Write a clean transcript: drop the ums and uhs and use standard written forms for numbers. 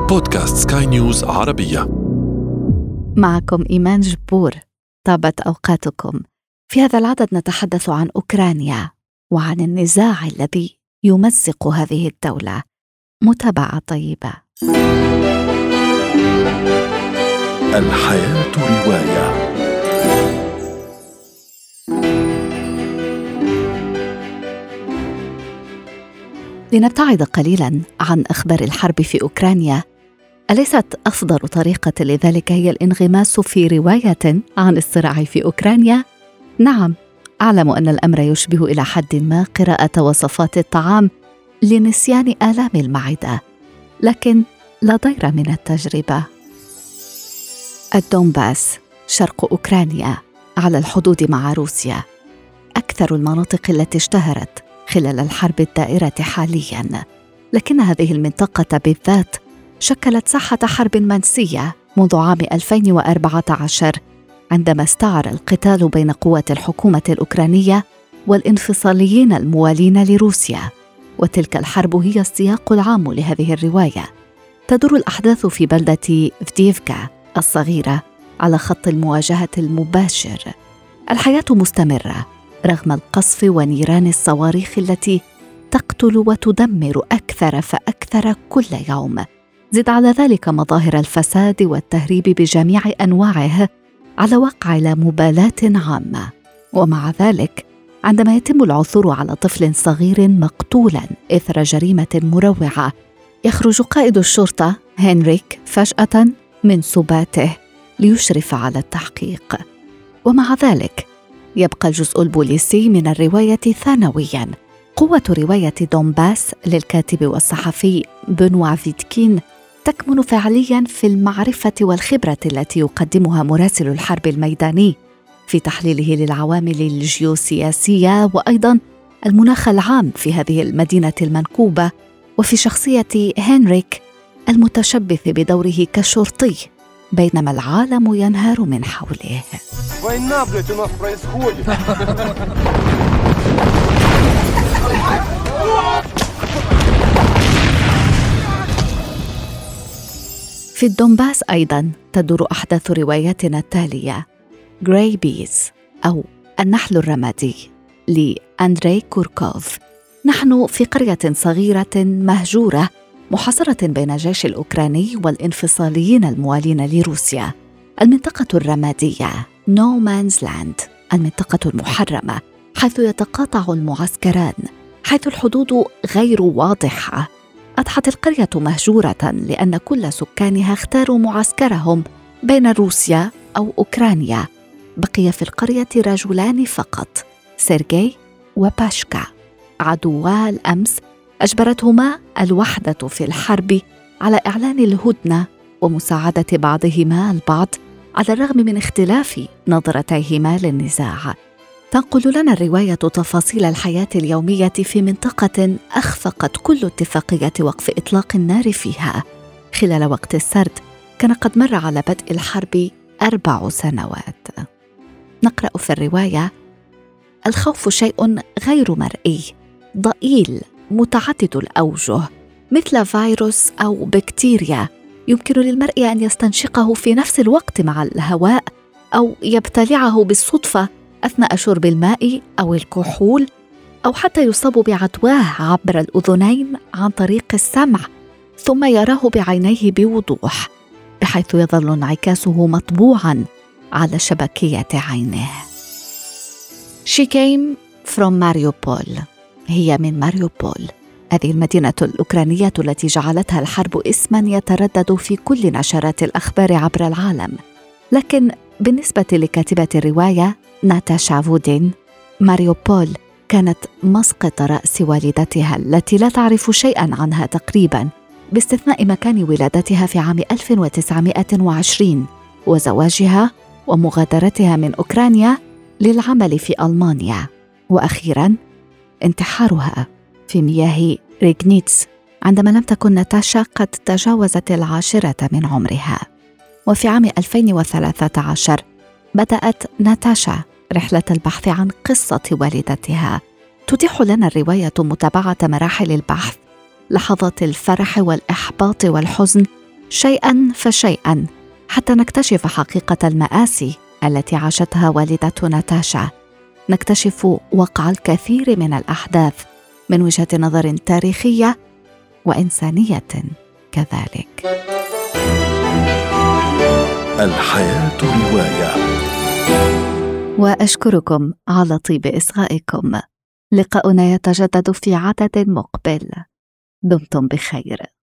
بودكاست سكاي نيوز عربية. معكم إيمان جبور. طابت أوقاتكم. في هذا العدد نتحدث عن أوكرانيا وعن النزاع الذي يمزق هذه الدولة. متابعة طيبة. الحياة رواية. لنبتعد قليلاً عن أخبار الحرب في أوكرانيا، أليست أفضل طريقة لذلك هي الانغماس في رواية عن الصراع في أوكرانيا؟ نعم، أعلم أن الأمر يشبه إلى حد ما قراءة وصفات الطعام لنسيان آلام المعدة، لكن لا ضير من التجربة. الدونباس شرق أوكرانيا على الحدود مع روسيا، أكثر المناطق التي اشتهرت خلال الحرب الدائرة حالياً، لكن هذه المنطقة بالذات شكلت ساحة حرب منسية منذ عام 2014 عندما استعر القتال بين قوات الحكومة الأوكرانية والانفصاليين الموالين لروسيا، وتلك الحرب هي السياق العام لهذه الرواية. تدور الأحداث في بلدة فديفكا الصغيرة على خط المواجهة المباشر. الحياة مستمرة رغم القصف ونيران الصواريخ التي تقتل وتدمر أكثر فأكثر كل يوم. زد على ذلك مظاهر الفساد والتهريب بجميع أنواعه على واقع لا مبالاة عامة. ومع ذلك عندما يتم العثور على طفل صغير مقتولا إثر جريمة مروعة، يخرج قائد الشرطة هنريك فجأة من سباته ليشرف على التحقيق. ومع ذلك يبقى الجزء البوليسي من الرواية ثانوياً. قوة رواية دونباس للكاتب والصحفي بنوا فيدكين تكمن فعلياً في المعرفة والخبرة التي يقدمها مراسل الحرب الميداني في تحليله للعوامل الجيوسياسية وأيضاً المناخ العام في هذه المدينة المنكوبة، وفي شخصية هنريك المتشبث بدوره كشرطي بينما العالم ينهار من حوله. في الدونباس أيضاً تدور أحداث رواياتنا التالية: غراي بيز أو النحل الرمادي لأندري كوركوف. نحن في قرية صغيرة مهجورة محاصرة بين الجيش الأوكراني والانفصاليين الموالين لروسيا. المنطقة الرمادية No Man's Land، المنطقة المحرمة حيث يتقاطع المعسكران، حيث الحدود غير واضحة. أضحت القرية مهجورة لأن كل سكانها اختاروا معسكرهم بين روسيا أو أوكرانيا. بقي في القرية رجلان فقط، سيرجي وباشكا، عدوا الأمس أجبرتهما الوحدة في الحرب على إعلان الهدنة ومساعدة بعضهما البعض على الرغم من اختلاف نظرتيهما للنزاع. تنقل لنا الرواية تفاصيل الحياة اليومية في منطقة أخفقت كل اتفاقية وقف إطلاق النار فيها. خلال وقت السرد كان قد مر على بدء الحرب 4 سنوات. نقرأ في الرواية: الخوف شيء غير مرئي، ضئيل، متعدد الأوجه، مثل فيروس أو بكتيريا يمكن للمرء أن يستنشقه في نفس الوقت مع الهواء أو يبتلعه بالصدفة أثناء شرب الماء أو الكحول، أو حتى يصاب بعدواه عبر الأذنين عن طريق السمع ثم يراه بعينيه بوضوح، بحيث يظل انعكاسه مطبوعاً على شبكية عينه. She came from Mariupol. هي من ماريوبول، هذه المدينة الأوكرانية التي جعلتها الحرب اسماً يتردد في كل نشرات الأخبار عبر العالم. لكن بالنسبة لكاتبة الرواية ناتاشا فودين، ماريوبول كانت مسقط رأس والدتها التي لا تعرف شيئاً عنها تقريباً، باستثناء مكان ولادتها في عام 1920 وزواجها ومغادرتها من أوكرانيا للعمل في ألمانيا، وأخيراً انتحارها في مياه ريغنيتس عندما لم تكن ناتاشا قد تجاوزت 10 من عمرها. وفي عام 2013 بدأت ناتاشا رحلة البحث عن قصة والدتها. تتيح لنا الرواية متابعة مراحل البحث، لحظات الفرح والإحباط والحزن شيئاً فشيئاً حتى نكتشف حقيقة المآسي التي عاشتها والدة ناتاشا، نكتشف وقع الكثير من الأحداث من وجهة نظر تاريخية وإنسانية كذلك. الحياة رواية. وأشكركم على طيب إصغائكم. لقاؤنا يتجدد في عدد مقبل. دمتم بخير.